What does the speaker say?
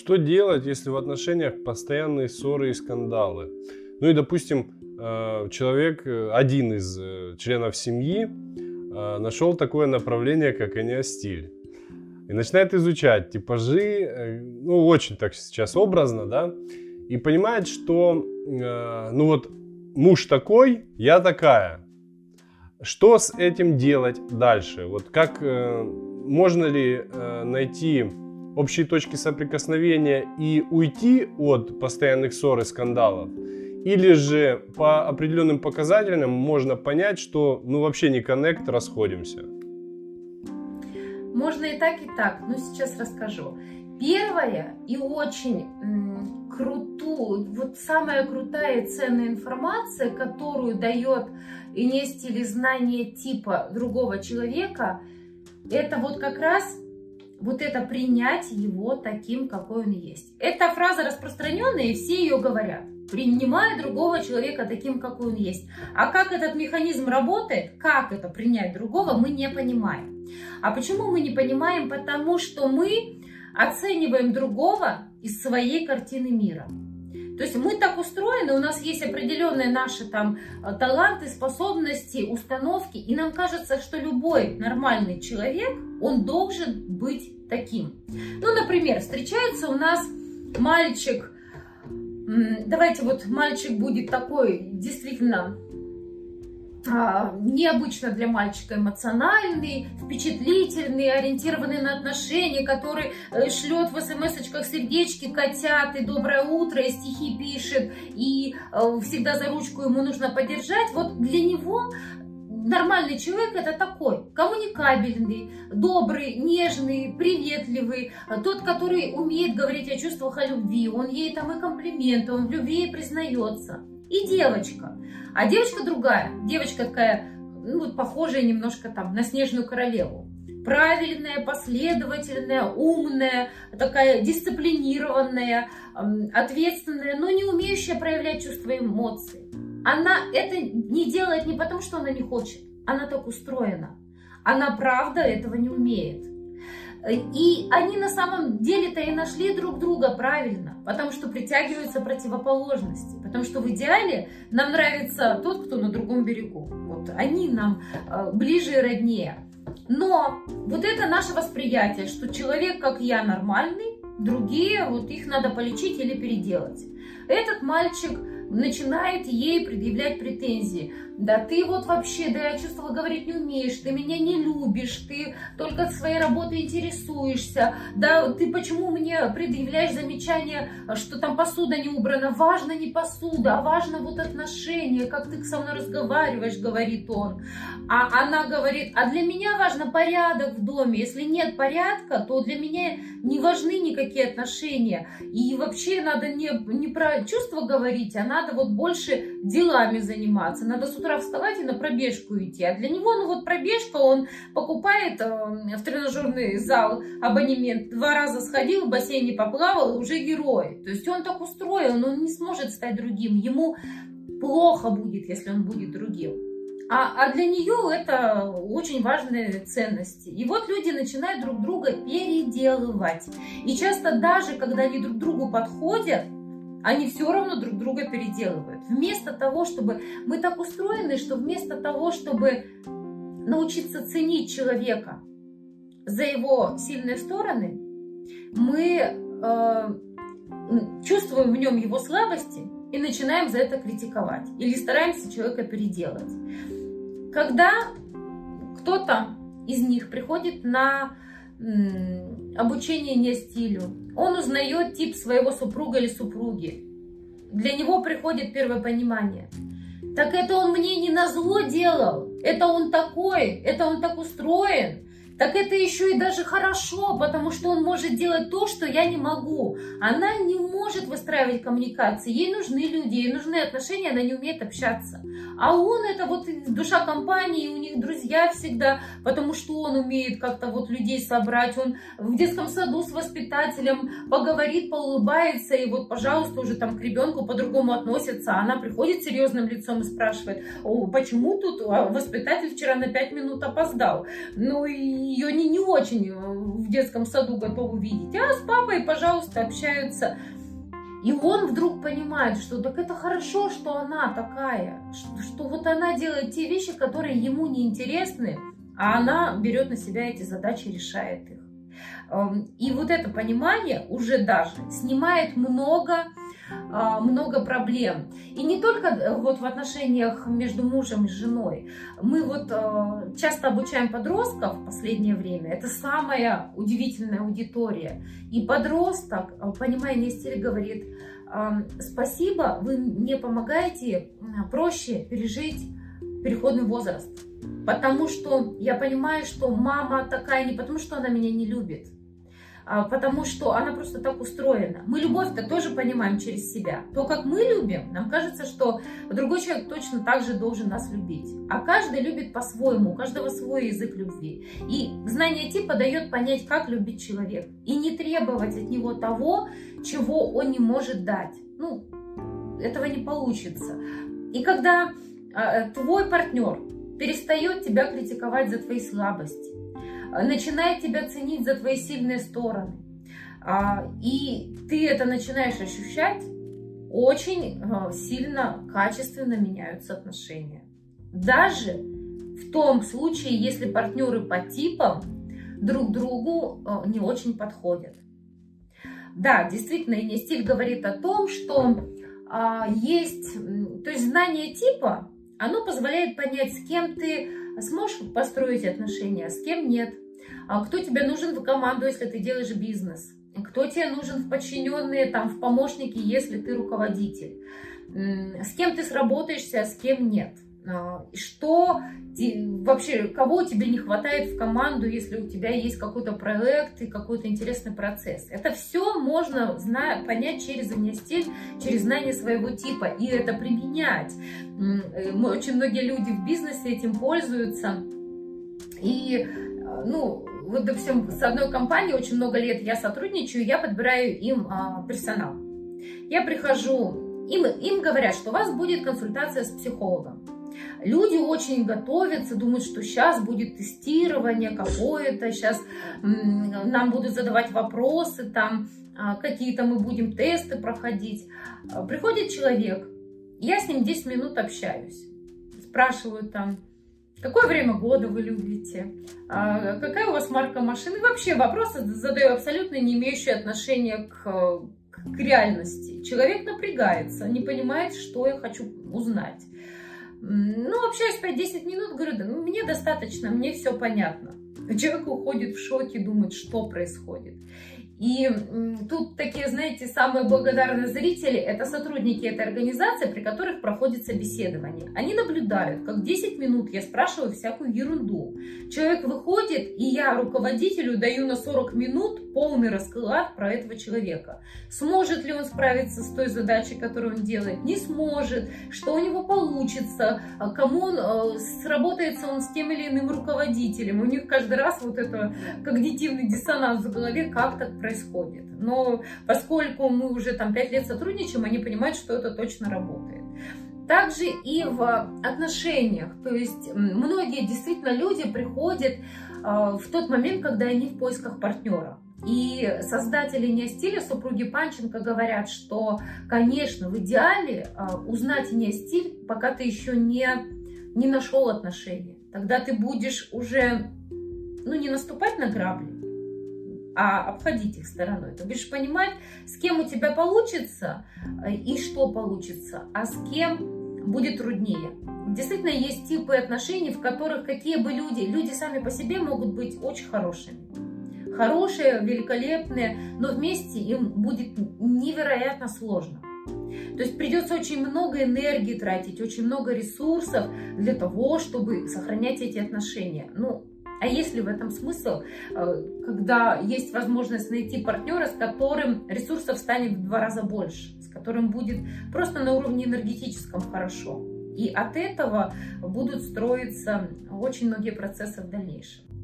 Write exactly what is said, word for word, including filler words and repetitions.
Что делать, если в отношениях постоянные ссоры и скандалы? Ну и, допустим, человек, один из членов семьи, нашел такое направление, как энеостиль. И начинает изучать типажи, ну очень так сейчас образно, да, и понимает, что, ну вот, муж такой, я такая. Что с этим делать дальше? Вот как, можно ли найти общие точки соприкосновения и уйти от постоянных ссор и скандалов? Или же по определенным показателям можно понять, что ну вообще не коннект, расходимся? Можно и так, и так, но сейчас расскажу. Первое и очень м, крутую, вот самая крутая и ценная информация, которую дает энеостиль знание типа другого человека, это вот как раз вот это принять его таким, какой он есть. Эта фраза распространенная, и все ее говорят. Принимая другого человека таким, какой он есть. А как этот механизм работает, как это принять другого, мы не понимаем. А почему мы не понимаем? Потому что мы оцениваем другого из своей картины мира. То есть мы так устроены, у нас есть определенные наши там таланты, способности, установки, и нам кажется, что любой нормальный человек, он должен быть таким. Ну, например, встречается у нас мальчик, давайте вот мальчик будет такой действительно необычно для мальчика, эмоциональный, впечатлительный, ориентированный на отношения, который шлет в смс-очках сердечки, котят, и доброе утро, и стихи пишет, и всегда за ручку ему нужно поддержать. Вот для него нормальный человек это такой, коммуникабельный, добрый, нежный, приветливый, тот, который умеет говорить о чувствах, о любви, он ей там и комплименты, он в любви и признается. И девочка. А девочка другая. Девочка такая, ну вот похожая немножко там на снежную королеву. Правильная, последовательная, умная, такая дисциплинированная, ответственная, но не умеющая проявлять чувства и эмоции. Она это не делает не потому, что она не хочет. Она так устроена. Она правда этого не умеет. И они на самом деле-то и нашли друг друга правильно, потому что притягиваются противоположности, потому что в идеале нам нравится тот, кто на другом берегу. Вот они нам э, ближе и роднее. Но вот это наше восприятие, что человек, как я, нормальный, другие, вот их надо полечить или переделать. Этот мальчик начинает ей предъявлять претензии. Да ты вот вообще, да я чувствовала, говорить не умеешь, ты меня не любишь, ты только своей работой интересуешься, да ты почему мне предъявляешь замечание, что там посуда не убрана? Важно не посуда, а важно вот отношения, как ты со мной разговариваешь, говорит он. А она говорит, а для меня важно порядок в доме, если нет порядка, то для меня не важны никакие отношения. И вообще надо не, не про чувства говорить, а надо вот больше делами заниматься, надо с утра вставать и на пробежку идти. А для него, ну вот пробежка, он покупает э, в тренажерный зал абонемент, два раза сходил, в бассейне поплавал, уже герой. То есть он так устроен, он не сможет стать другим, ему плохо будет, если он будет другим. А, а для нее это очень важные ценности. И вот люди начинают друг друга переделывать. И часто даже, когда они друг другу подходят, они все равно друг друга переделывают. Вместо того, чтобы... Мы так устроены, что вместо того, чтобы научиться ценить человека за его сильные стороны, мы э, чувствуем в нем его слабости и начинаем за это критиковать. Или стараемся человека переделать. Когда кто-то из них приходит на м, обучение энеостилю, он узнает тип своего супруга или супруги. Для него приходит первое понимание. Так это он мне не назло делал, это он такой, это он так устроен. Так это еще и даже хорошо, потому что он может делать то, что я не могу. Она не может выстраивать коммуникации, ей нужны люди, ей нужны отношения, она не умеет общаться. А он это вот душа компании, у них друзья всегда, потому что он умеет как-то вот людей собрать. Он в детском саду с воспитателем поговорит, поулыбается, и вот, пожалуйста, уже там к ребенку по-другому относится. Она приходит серьезным лицом и спрашивает, о, почему тут воспитатель вчера на пять минут опоздал? Ну и ее не, не очень в детском саду готовы видеть, а с папой, пожалуйста, общаются. И он вдруг понимает, что так это хорошо, что она такая, что, что вот она делает те вещи, которые ему не интересны, а она берет на себя эти задачи, решает их. И вот это понимание уже даже снимает много, много проблем. И не только вот в отношениях между мужем и женой. Мы вот часто обучаем подростков в последнее время. Это самая удивительная аудитория. И подросток, понимая не стиль, говорит: спасибо, вы мне помогаете проще пережить переходный возраст. Потому что я понимаю, что мама такая не потому, что она меня не любит, а потому что она просто так устроена. Мы любовь-то тоже понимаем через себя. То, как мы любим, нам кажется, что другой человек точно так же должен нас любить. А каждый любит по-своему, у каждого свой язык любви. И знание типа дает понять, как любить человека. И не требовать от него того, чего он не может дать. Ну, этого не получится. И когда а, твой партнер перестает тебя критиковать за твои слабости, начинает тебя ценить за твои сильные стороны, и ты это начинаешь ощущать, очень сильно, качественно меняются отношения. Даже в том случае, если партнеры по типам друг другу не очень подходят. Да, действительно, Инестиль говорит о том, что есть, то есть знание типа, оно позволяет понять, с кем ты сможешь построить отношения, а с кем нет. Кто тебе нужен в команду, если ты делаешь бизнес. Кто тебе нужен в подчиненные, там, в помощники, если ты руководитель. С кем ты сработаешься, а с кем нет. Что вообще, кого тебе не хватает в команду, если у тебя есть какой-то проект и какой-то интересный процесс. Это все можно зная, понять через инестиль, через знание своего типа и это применять. Очень многие люди в бизнесе этим пользуются. И, ну, вот, допустим, с одной компанией очень много лет я сотрудничаю, я подбираю им а, персонал. Я прихожу, им, им говорят, что у вас будет консультация с психологом. Люди очень готовятся, думают, что сейчас будет тестирование какое-то, сейчас нам будут задавать вопросы, там какие-то мы будем тесты проходить. Приходит человек, я с ним десять минут общаюсь, спрашиваю там, какое время года вы любите, какая у вас марка машины, вообще вопросы задаю абсолютно не имеющие отношения к, к реальности. Человек напрягается, не понимает, что я хочу узнать. Ну, общаюсь пять-десять минут, говорю, да, ну, мне достаточно, мне все понятно. Человек уходит в шоке, думает, что происходит. И тут такие, знаете, самые благодарные зрители, это сотрудники этой организации, при которых проходит собеседование. Они наблюдают, как десять минут я спрашиваю всякую ерунду. Человек выходит, и я руководителю даю на сорок минут полный расклад про этого человека. Сможет ли он справиться с той задачей, которую он делает? Не сможет. Что у него получится? Кому он, сработается он с тем или иным руководителем? У них каждый раз вот это когнитивный диссонанс в голове, как так происходит. Но поскольку мы уже там пять лет сотрудничаем, они понимают, что это точно работает. Также и в отношениях. То есть многие действительно люди приходят в тот момент, когда они в поисках партнера. И создатели инестиля, супруги Панченко, говорят, что, конечно, в идеале узнать инестиль, пока ты еще не, не нашел отношения. Тогда ты будешь уже, ну, не наступать на грабли, а обходить их стороной. Ты будешь понимать, с кем у тебя получится и что получится, а с кем будет труднее. Действительно, есть типы отношений, в которых какие бы люди, люди сами по себе могут быть очень хорошими. Хорошие, великолепные, но вместе им будет невероятно сложно. То есть придется очень много энергии тратить, очень много ресурсов для того, чтобы сохранять эти отношения. Ну, а есть ли в этом смысл, когда есть возможность найти партнера, с которым ресурсов станет в два раза больше, с которым будет просто на уровне энергетическом хорошо. И от этого будут строиться очень многие процессы в дальнейшем.